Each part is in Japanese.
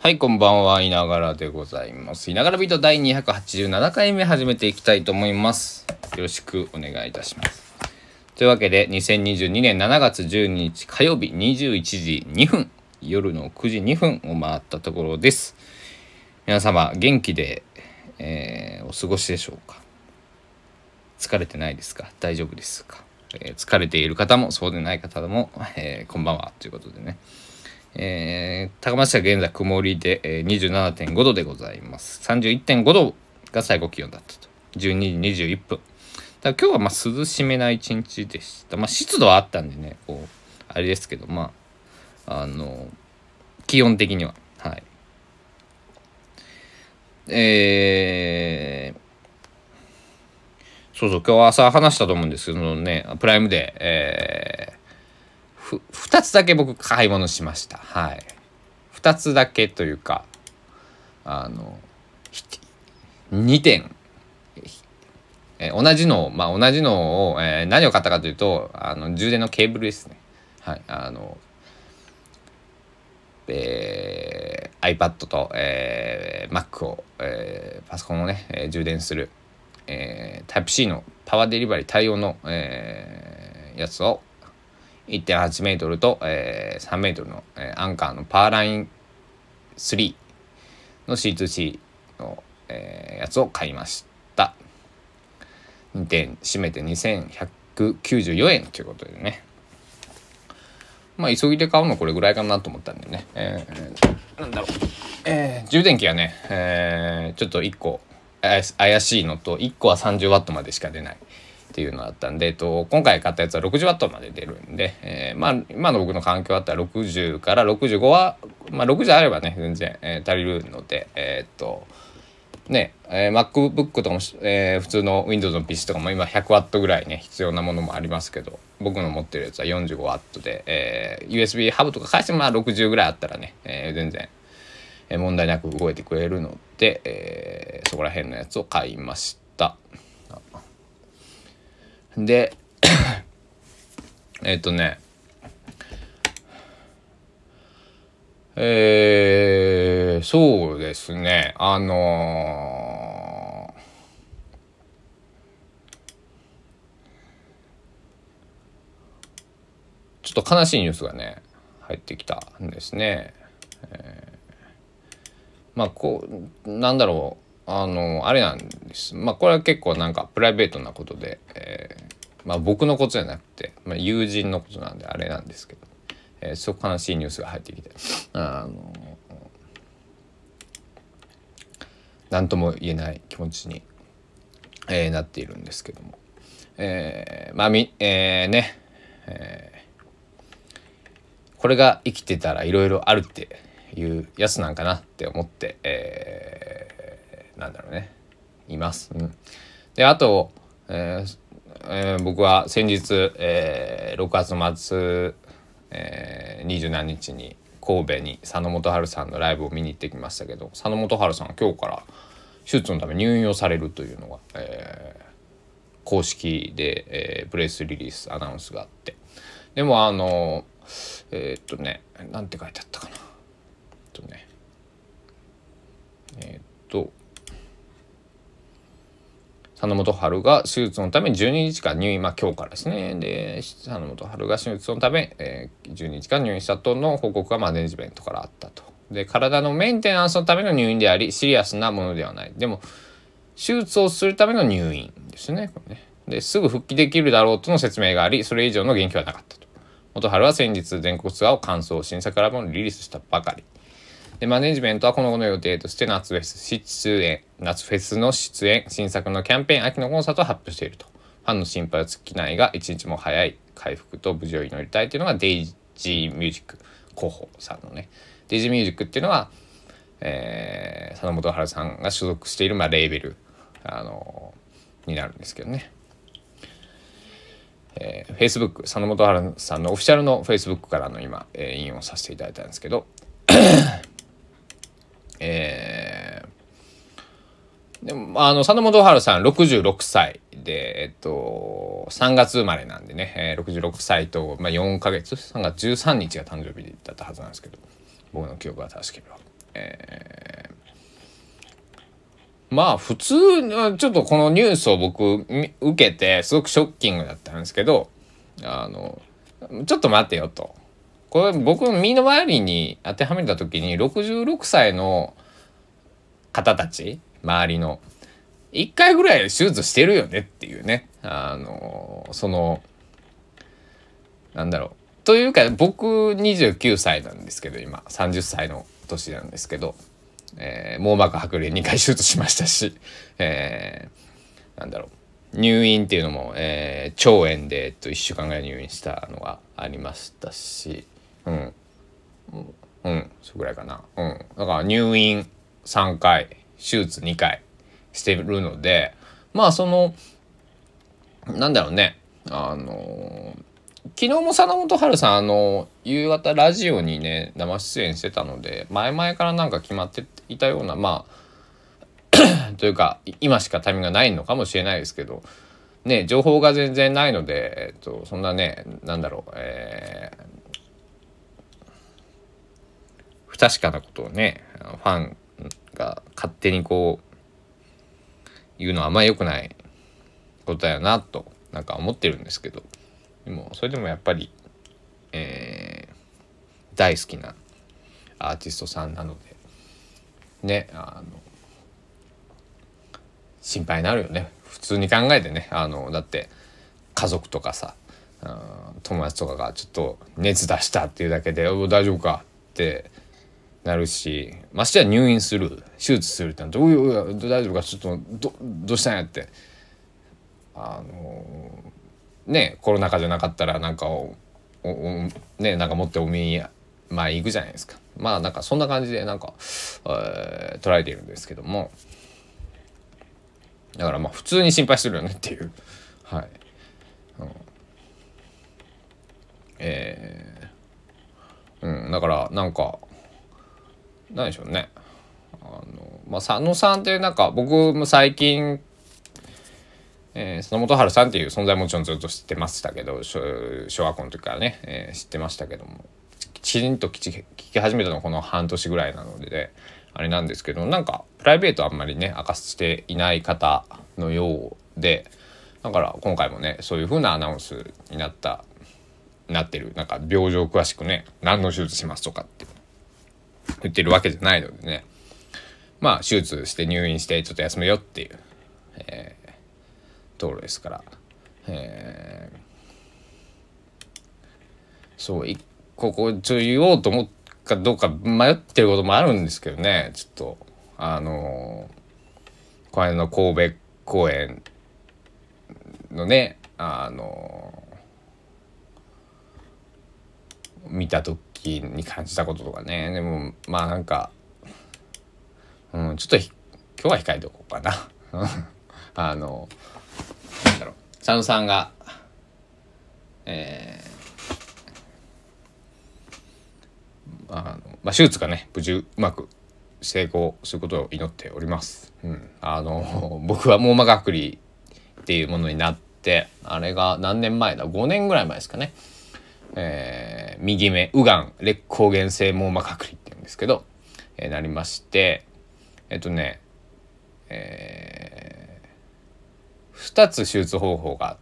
はい、こんばんは。いながらでございます。いながらビート第287回目始めていきたいと思います。よろしくお願いいたします。というわけで、2022年7月12日火曜日21時2分、夜の9時2分を回ったところです。皆様、元気で、お過ごしでしょうか？疲れてないですか？大丈夫ですか？疲れている方もそうでない方も、こんばんはということでね。高松市は現在曇りで、27.5 度でございます。31.5 度が最高気温だったと。12時21分。だから今日は涼しめな一日でした。湿度はあったんでね、あれですけど、気温的には。はい。そうそう、今日朝話したと思うんですけどね、プライムで、2つだけ僕買い物しました。はい。2つだけというか、2点、同じのを、何を買ったかというと、充電のケーブルですね。はい。iPad と、Mac を、パソコンをね、充電する、Type-C のパワーデリバリー対応の、やつを 1.8 メートルと、3メートルの、アンカーのパワーライン3の C2C の、やつを買いました。2点締めて2194円ということでね。急ぎで買うのこれぐらいかなと思ったんでね。充電器はね、ちょっと1個怪しいのと、1個は 30W までしか出ないっていうのだったんで、今回買ったやつは 60W まで出るんで、今の僕の環境だったら60から65は、60あればね全然、足りるので、MacBook とかも、普通の Windows の PC とかも今 100W ぐらいね必要なものもありますけど、僕の持ってるやつは 45W で、USB ハブとか返しても60ぐらいあったらね、全然問題なく動いてくれるので、そこら辺のやつを買いました。でそうですね、ちょっと悲しいニュースがね入ってきたんですね。なんだろう、あれなんです。これは結構なんかプライベートなことで、僕のことじゃなくて、友人のことなんであれなんですけど、すごく悲しいニュースが入ってきて、なんとも言えない気持ちに、なっているんですけども、これが生きてたらいろいろあるっていうやつなんかなって思って、います。であと、僕は先日、6月末、20何日に神戸に佐野元春さんのライブを見に行ってきましたけど、佐野元春さんは今日から手術のため入院をされるというのが、公式で、プレスリリースアナウンスがあって、でもなんて書いてあったかな。佐野元春が手術のため12日間入院、今日からですね。で佐野元春が手術のため、12日間入院したとの報告がマネジメントからあったと。で体のメンテナンスのための入院でありシリアスなものではない。でも手術をするための入院ですね。これね。ですぐ復帰できるだろうとの説明があり、それ以上の言及はなかったと。元春は先日全国ツアーを完走、新作アルバムをリリースしたばかりで、マネジメントはこの後の予定として夏フェスの出演、新作のキャンペーン、秋のコンサートを発表していると。ファンの心配は尽きないが、一日も早い回復と無事を祈りたいというのがデイジーミュージック広報さんのね。デイジーミュージックっていうのは、佐野元春さんが所属している、レーベル、になるんですけどね。Facebook 佐野元春さんのオフィシャルの Facebook からの今、引用させていただいたんですけど、でも佐野元春さん66歳で、3月生まれなんでね、66歳と、4ヶ月3月13日が誕生日だったはずなんですけど、僕の記憶が正しければまあ普通ちょっとこのニュースを僕受けてすごくショッキングだったんですけど、ちょっと待ってよと。これ僕の身の回りに当てはめた時に66歳の方たち周りの1回ぐらい手術してるよねっていうね、なんだろうというか、僕29歳なんですけど、今30歳の年なんですけど、網膜剥離2回手術しましたし、なんだろう入院っていうのも、腸炎で1週間ぐらい入院したのがありましたし、それぐらいかな。だから入院3回手術2回してるので、まあなんだろうね、昨日も佐野元春さん夕方ラジオにね生出演してたので、前々からなんか決まっていたような、まあというか今しかタイミングがないのかもしれないですけどね、情報が全然ないので、そんなね、なんだろう、不確かなことをねファンが勝手にこう言うのはあんまり良くないことだよなとなんか思ってるんですけど、でもそれでもやっぱり、大好きなアーティストさんなのでね、心配になるよね普通に考えてね。だって家族とかさ、友達とかがちょっと熱出したっていうだけで大丈夫かってなるし、ましてや入院する手術するってどういう大丈夫かちょっとどうしたんやって、ね、コロナ禍じゃなかったらなんかね、なんか持ってお見舞い行くじゃないですか。まあなんかそんな感じでなんか、捉えているんですけども、だからまあ普通に心配してるよねっていう、はい、だからなんかなんでしょうね、佐野さんってなんか僕も最近佐野元春さんっていう存在もちろんずっと知ってましたけど、小学校の時からね、知ってましたけども、きちんと聞き始めたのはこの半年ぐらいなので、あれなんですけど、なんかプライベートあんまりね明かしていない方のようで、だから今回もねそういう風なアナウンスになってる、なんか病状詳しくね何の手術しますとかって言ってるわけじゃないのでね、まあ手術して入院してちょっと休めよっていう、ところですから、そうここ言おうと思うかどうか迷ってることもあるんですけどね、ちょっとこの間の神戸公演のね見た時に感じたこととかね、でもまあなんか、ちょっと今日は控えておこうかななんだろう、佐野さんが手術がね無事うまく成功することを祈っております。僕は網膜剥離っていうものになって、あれが何年前だ、5年ぐらい前ですかね。右目右眼裂光原性網膜剥離っていうんですけど、なりまして、2つ手術方法があって、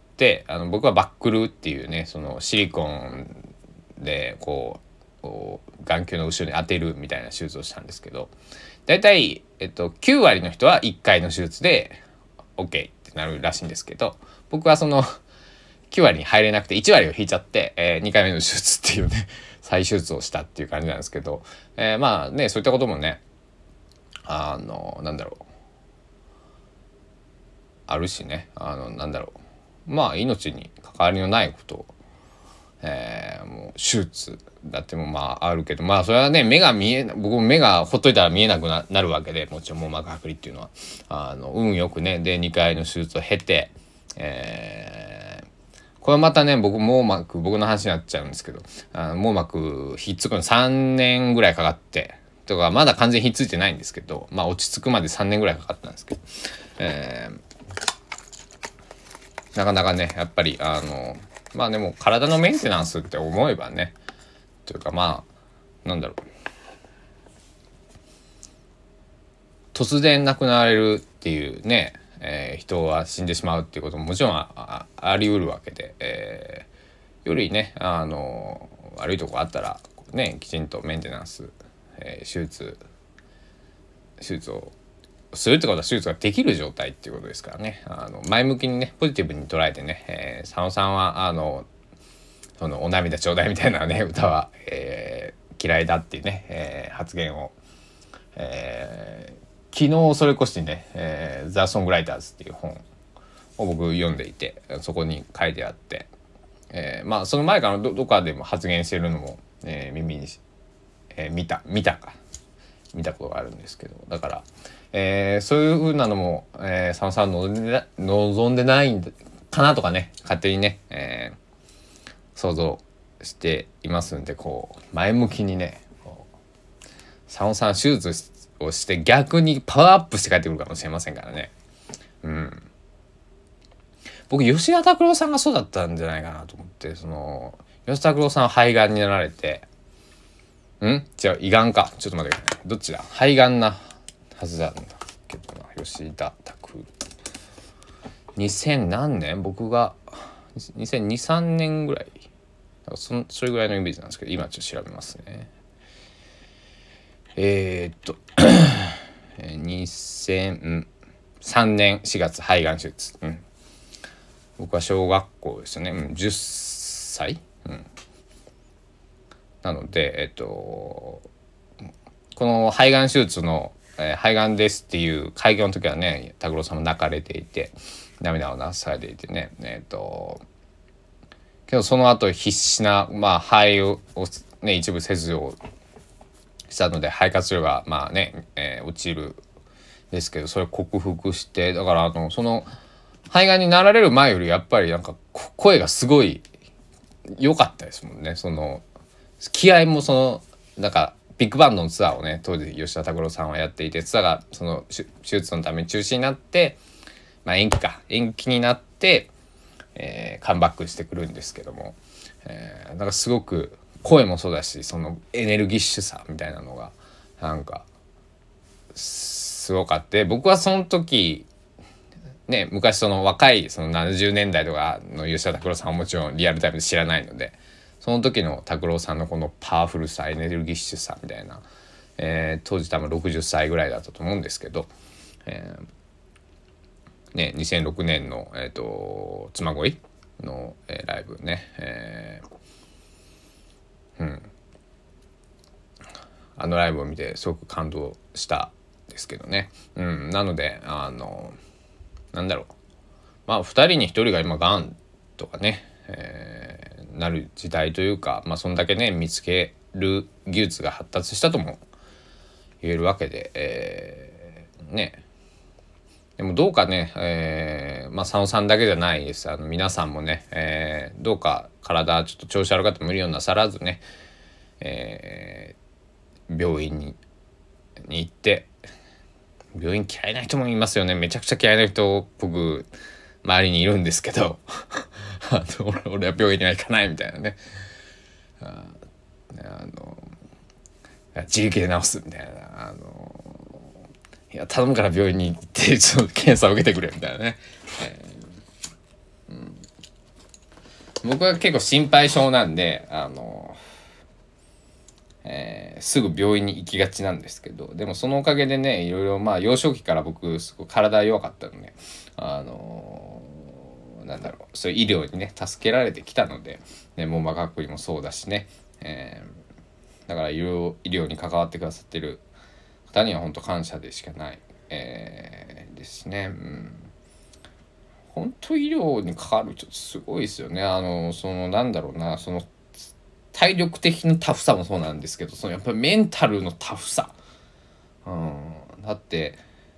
僕はバックルっていうね、そのシリコンでこう眼球の後ろに当てるみたいな手術をしたんですけど、だいたい、9割の人は1回の手術で OK ってなるらしいんですけど、僕はその9割に入れなくて1割を引いちゃって、2回目の手術っていうね再手術をしたっていう感じなんですけど、まあねそういったこともねなんだろうあるしね、なんだろう、まあ命に関わりのないことを、もう手術だってもまああるけど、まあそれはね僕も目がほっといたら見えなくなるわけで、もちろん網膜剥離っていうのは運よくねで2回の手術を経て、これまたね僕の話になっちゃうんですけど、網膜ひっつくの3年ぐらいかかってとか、まだ完全にひっついてないんですけど、まあ落ち着くまで3年ぐらいかかったんですけど、なかなかねやっぱりまあでも体のメンテナンスって思えばねというか、まあなんだろ突然亡くなられるっていうね、人は死んでしまうっていうことももちろんあり得るわけで、よりね悪いとこあったらねきちんとメンテナンス、手術をするってことは手術ができる状態っていうことですからね、前向きにねポジティブに捉えてね、佐野さんはそのお涙ちょうだいみたいなね歌は、嫌いだっていうね、発言を、昨日それこしね、ザ・ソングライターズっていう本を僕読んでいて、そこに書いてあって、まあその前からどっかでも発言してるのも、耳に、見たことがあるんですけど、だから、そういう風なのも、佐野さん望んでないんかなとかね勝手にね、想像していますんで、こう前向きにね佐野さん手術をして逆にパワーアップして帰ってくるかもしれませんからね。僕吉田拓郎さんがそうだったんじゃないかなと思って、その吉田拓郎さんは肺がんになられて、じゃあ胃がんか、ちょっと待ってください、どっちだ、肺がんなはずなんだけどな、吉田拓郎2000何年、僕が2002、3年ぐらい、それぐらいのイメージなんですけど、今ちょっと調べますね。2003年4月肺がん手術、僕は小学校ですよね、10歳、なのでこの肺がん手術の、肺がんですっていう会見の時はね拓郎さんも泣かれていて涙を流されていてね、けどその後必死な、肺をね一部切除したので肺活量が落ちるですけど、それを克服して、だからその肺がんになられる前よりやっぱりなんか声がすごい良かったですもんね。その気合もなんかビッグバンドのツアーをね当時吉田拓郎さんはやっていて、ツアーがその手術のために中止になって、延期になって、カムバックしてくるんですけども、なんかすごく声もそうだし、そのエネルギッシュさみたいなのがなんかすごかって、僕はその時ね昔その若いその70年代とかの吉田拓郎さんはもちろんリアルタイムで知らないので、その時の拓郎さんのこのパワフルさエネルギッシュさみたいな、当時多分60歳ぐらいだったと思うんですけど、2006年の、妻恋の、ライブね、あのライブを見てすごく感動したんですけどね、なのでなんだろう、2人に1人が今がんとかね、なる時代というか、そんだけね見つける技術が発達したとも言えるわけで、でもどうかね、佐野さんだけじゃないです。皆さんもね、どうか体ちょっと調子悪かったら無理をなさらずね、病院に行って、病院嫌いな人もいますよね。めちゃくちゃ嫌いな人僕周りにいるんですけど俺は病院には行かないみたいなね、自力で治すみたいな、いや頼むから病院に行ってちょっと検査を受けてくれみたいなね、僕は結構心配性なんですぐ病院に行きがちなんですけど、でもそのおかげでねいろいろ幼少期から僕すごい体弱かったので、そういう医療にね助けられてきたので、網膜剥離もそうだしね、だから医療に関わってくださってる方には本当感謝でしかない、ですね。本当医療に関わるとすごいですよね。その体力的なタフさもそうなんですけど、やっぱりメンタルのタフさ、だって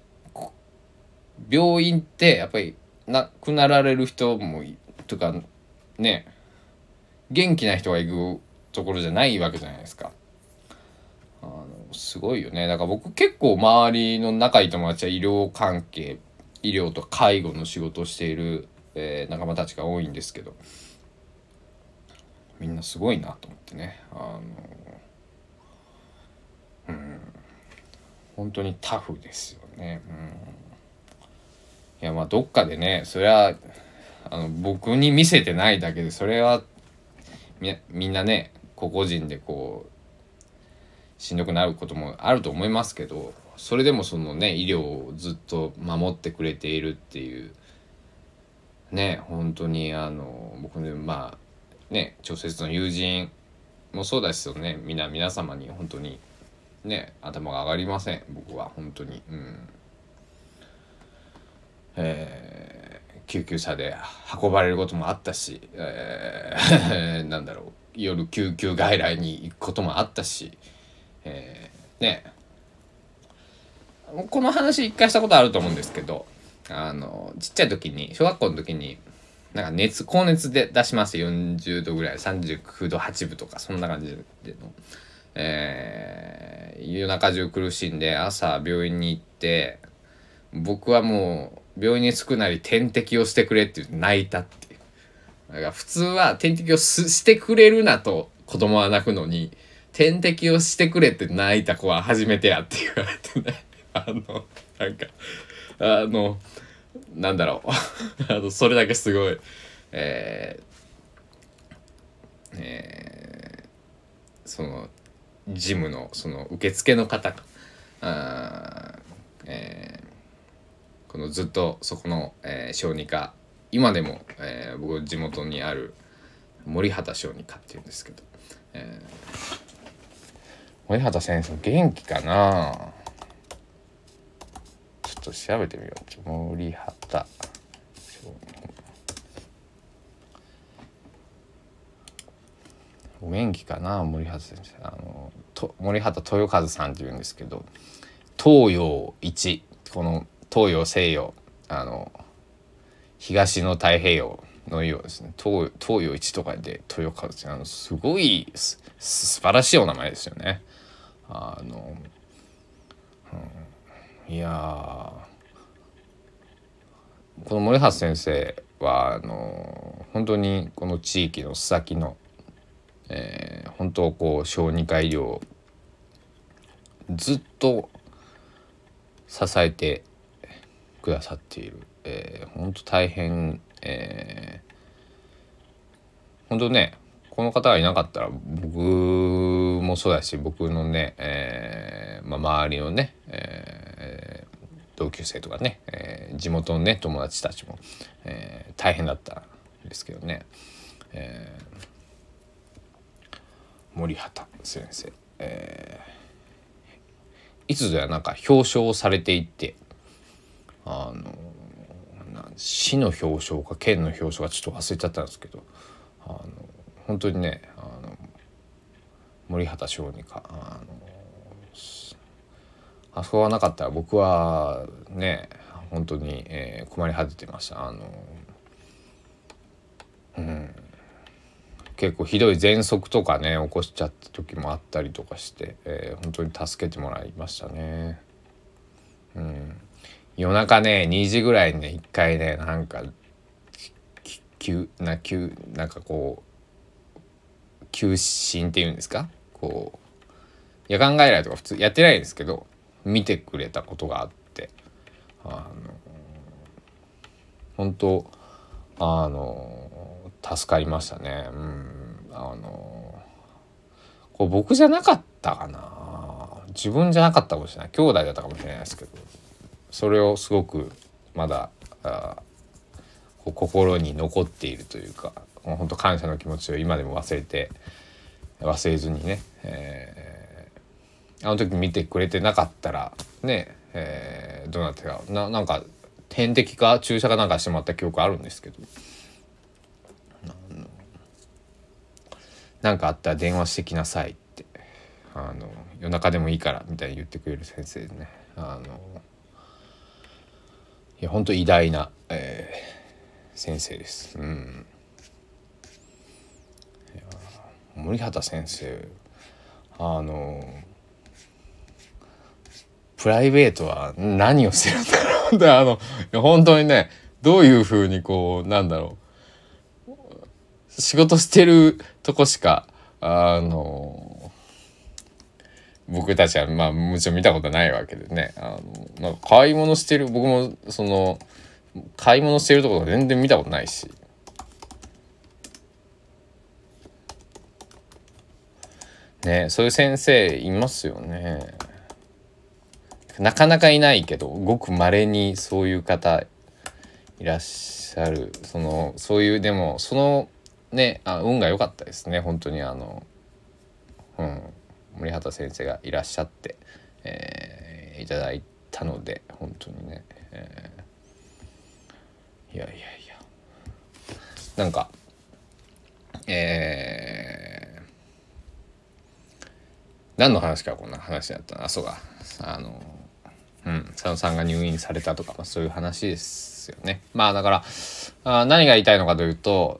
病院ってやっぱり亡くなられる人もとかね、元気な人が行くところじゃないわけじゃないですか。すごいよね。だから僕結構周りの仲いい友達は医療と介護の仕事をしている、仲間たちが多いんですけど、みんなすごいなと思ってね、 本当にタフですよね。いやまあどっかでね、それは僕に見せてないだけで、それはみんなね個々人でこうしんどくなることもあると思いますけど、それでもそのね医療をずっと守ってくれているっていうね、本当に僕ねまあね直接の友人もそうですよね、皆様に本当にね頭が上がりません、僕は本当に。救急車で運ばれることもあったし、なんだろう、夜救急外来に行くこともあったし、ねこの話一回したことあると思うんですけど、ちっちゃい時に小学校の時になんか高熱で出しまして、40度ぐらい、39度8分とかそんな感じでの、夜中中苦しんで朝病院に行って、僕はもう病院に着くなり点滴をしてくれって言って泣いたっていう。だから普通は点滴をしてくれるなと子供は泣くのに、点滴をしてくれって泣いた子は初めてやって言われてね。なんかなんだろうそれだけすごいそのジムのその受付の方がこのずっとそこの、小児科、今でも、僕の地元にある森畑小児科っていうんですけど、森畑先生元気かな、ちょっと調べてみよう。森畑お元気かな、森畑先生。森畑豊和さんっていうんですけど、東洋一、この東洋西洋、東の太平洋のようですね、東洋一とかで豊和さん、すごい素晴らしいお名前ですよね。いやこの森畑先生は本当にこの地域の須崎の、本当こう小児科医療をずっと支えてくださっている、本当大変、本当ねこの方がいなかったら僕もそうだし、僕のね、周りのね、同級生とかね、地元のね友達たちも、大変だったんですけどね、森畑先生、いつぞやなんか表彰されていって、市の表彰か県の表彰かちょっと忘れちゃったんですけど、本当にね森畑小児科、あそこがなかったら僕はね本当に、困り果ててました。結構ひどい喘息とかね起こしちゃった時もあったりとかして、本当に助けてもらいましたね。夜中ね2時ぐらいにね一回ねなんかなんかこう休診っていうんですか、こう夜間外来とか普通やってないんですけど見てくれたことがあって、本当助かりましたね。こう僕じゃなかったかな、自分じゃなかったかもしれない、兄弟だったかもしれないですけど、それをすごくまだこう心に残っているというか、もう本当感謝の気持ちを今でも忘れずにね、あの時見てくれてなかったらね、どうなってたかなんか点滴か注射かなんかしてもらった記憶あるんですけど、なんかあったら電話してきなさいって、夜中でもいいからみたいに言ってくれる先生でね、いや本当偉大な、先生です。森畑先生プライベートは何をしてるんだろうって本当にねどういうふうにこうなんだろう仕事してるとこしか僕たちはまあもちろん見たことないわけでね、なんか買い物してる、僕もその買い物してるところ全然見たことないし、ね、そういう先生いますよね。なかなかいないけど、ごく稀にそういう方いらっしゃる。そういう、でもそのね、運が良かったですね本当に。森畑先生がいらっしゃって、いただいたので本当にね、いやいやいや、なんか何の話かこんな話だったな。そうか、佐野さんが入院されたとか、そういう話ですよね。まあだから何が言いたいのかというと、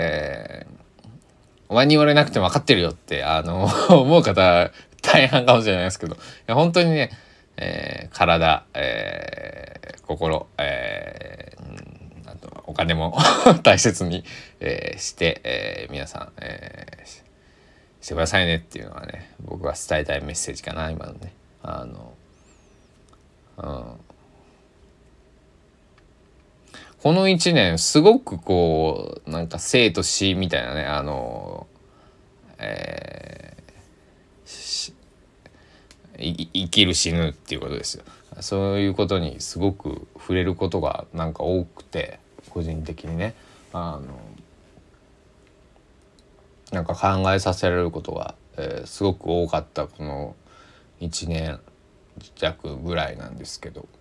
お前に言われなくても分かってるよって思う方大半かもしれないですけど、いや本当にね、体、心、あとお金も大切に、して、皆さん、してくださいねっていうのはね、僕が伝えたいメッセージかな今のね。この1年すごくこうなんか生と死みたいなね、生きる死ぬっていうことですよ。そういうことにすごく触れることがなんか多くて、個人的にね、なんか考えさせられることが、すごく多かったこの1年弱ぐらいなんですけど、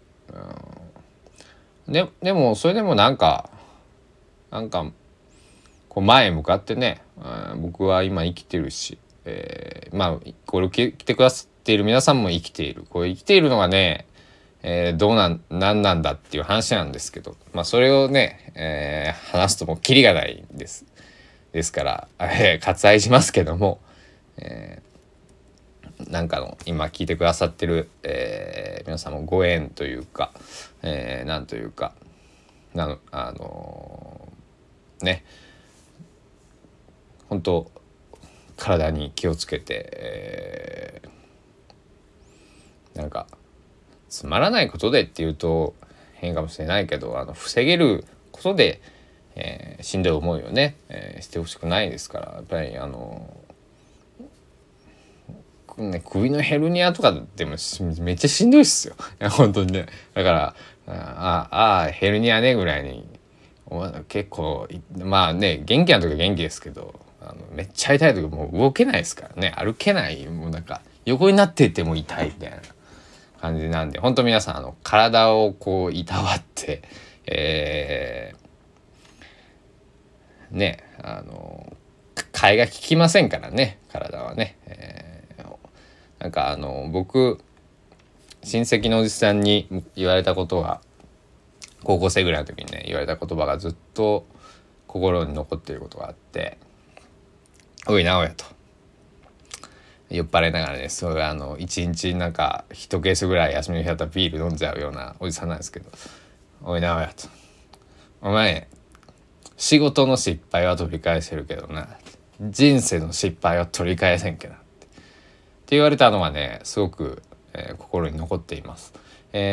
でもそれでもなんかこう前向かってね、僕は今生きてるし、まあこれを聞いてくださっている皆さんも生きている。これ生きているのがね、どうなんなんだっていう話なんですけど、それをね、話すともうキリがないんです。ですから、割愛しますけども、なんかの今聞いてくださってる、皆さんもご縁というか、なんというかね、本当体に気をつけて、なんかつまらないことでっていうと変かもしれないけど、防げることで、しんどい思いをね、してほしくないですから、やっぱり首のヘルニアとかでもめっちゃしんどいっすよ。いや本当にね。だからヘルニアねぐらいに結構まあね、元気な時は元気ですけど、めっちゃ痛い時もう動けないですからね、歩けない、もうなんか横になってても痛いみたいな感じなんで、本当皆さん体をこういたわって、ね、替えが利きませんからね、体はね。なんか僕親戚のおじさんに言われたことが、高校生ぐらいの時にね言われた言葉がずっと心に残っていることがあって、おい直哉と、酔っ払いながらね、そういう一日なんか一ケースぐらい休みの日だったらビール飲んじゃうようなおじさんなんですけど、おい直哉と、お前仕事の失敗は取り返せるけどな、人生の失敗は取り返せんけなって言われたのはね、すごく、心に残っています。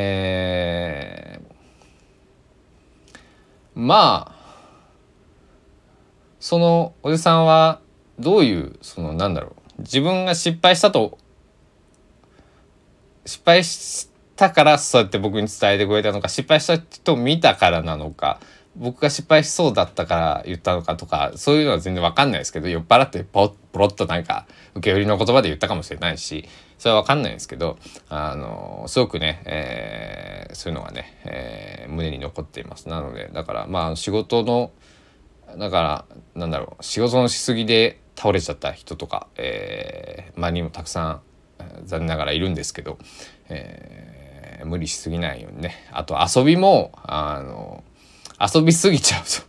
まあそのおじさんはどういうなんだろう、自分が失敗したからそうやって僕に伝えてくれたのか、失敗した人を見たからなのか、僕が失敗しそうだったから言ったのかとか、そういうのは全然わかんないですけど、酔っ払ってポロッとなんか受け売りの言葉で言ったかもしれないし、それはわかんないんですけど、すごくね、そういうのがね、胸に残っています。なのでだから仕事のだからなんだろう、仕事のしすぎで倒れちゃった人とか、周りにもたくさん残念ながらいるんですけど、無理しすぎないようにね。あと遊びも遊びすぎちゃうと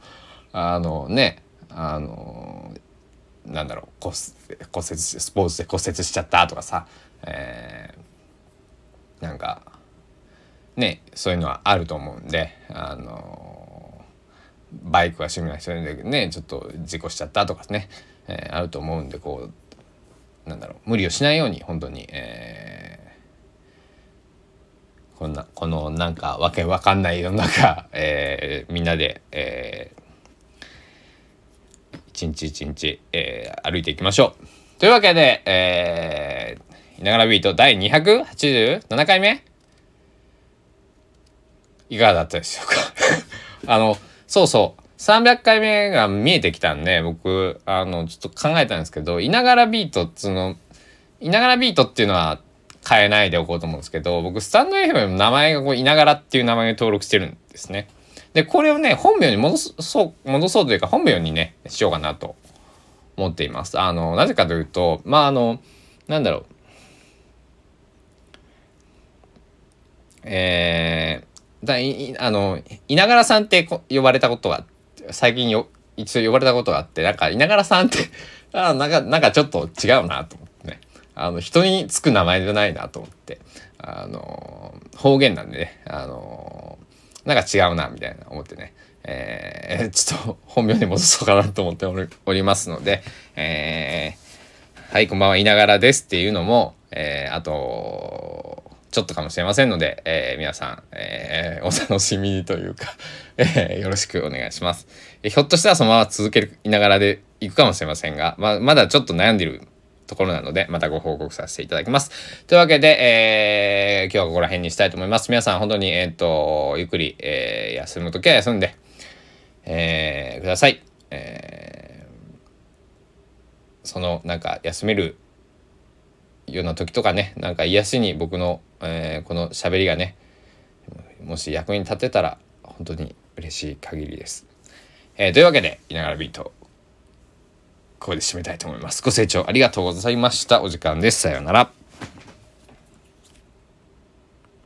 なんだろう、スポーツで骨折しちゃったとかさ、なんかね、そういうのはあると思うんで、バイクが趣味な人でねちょっと事故しちゃったとかね、あると思うんで、こう無理をしないように本当に、このなんかわけわかんない世の中、みんなで、一日一日、歩いていきましょう。というわけで、いながらビート第287回目いかがだったでしょうかそうそう300回目が見えてきたんで、僕ちょっと考えたんですけど、いながらビートっていうのは変えないでおこうと思うんですけど、僕スタンド FM の名前がいながらっていう名前を登録してるんですね。でこれをね本名に戻そうというか本名にねしようかなと思っています。なぜかというとなんだろういながらさんって呼ばれたことが最近一度呼ばれたことがあって、なんかいながらさんってなんかちょっと違うなと思ってね、人につく名前じゃないなと思って、方言なんでね、なんか違うなみたいな思ってね、ちょっと本名に戻そうかなと思っておりますので、はいこんばんはいながらですっていうのも、あとちょっとかもしれませんので、皆さん、お楽しみにというか、よろしくお願いします。ひょっとしたらそのまま続けいながらでいくかもしれませんが、まだちょっと悩んでるところなのでまたご報告させていただきます。というわけで、今日はここら辺にしたいと思います。皆さん本当に、ゆっくり、休むときは休んで、ください。そのなんか休めるような時とかね、なんか癒しに僕の、この喋りがねもし役に立てたら本当に嬉しい限りです。というわけでいながらビートここで締めたいと思います。ご清聴ありがとうございました。お時間です。さようなら。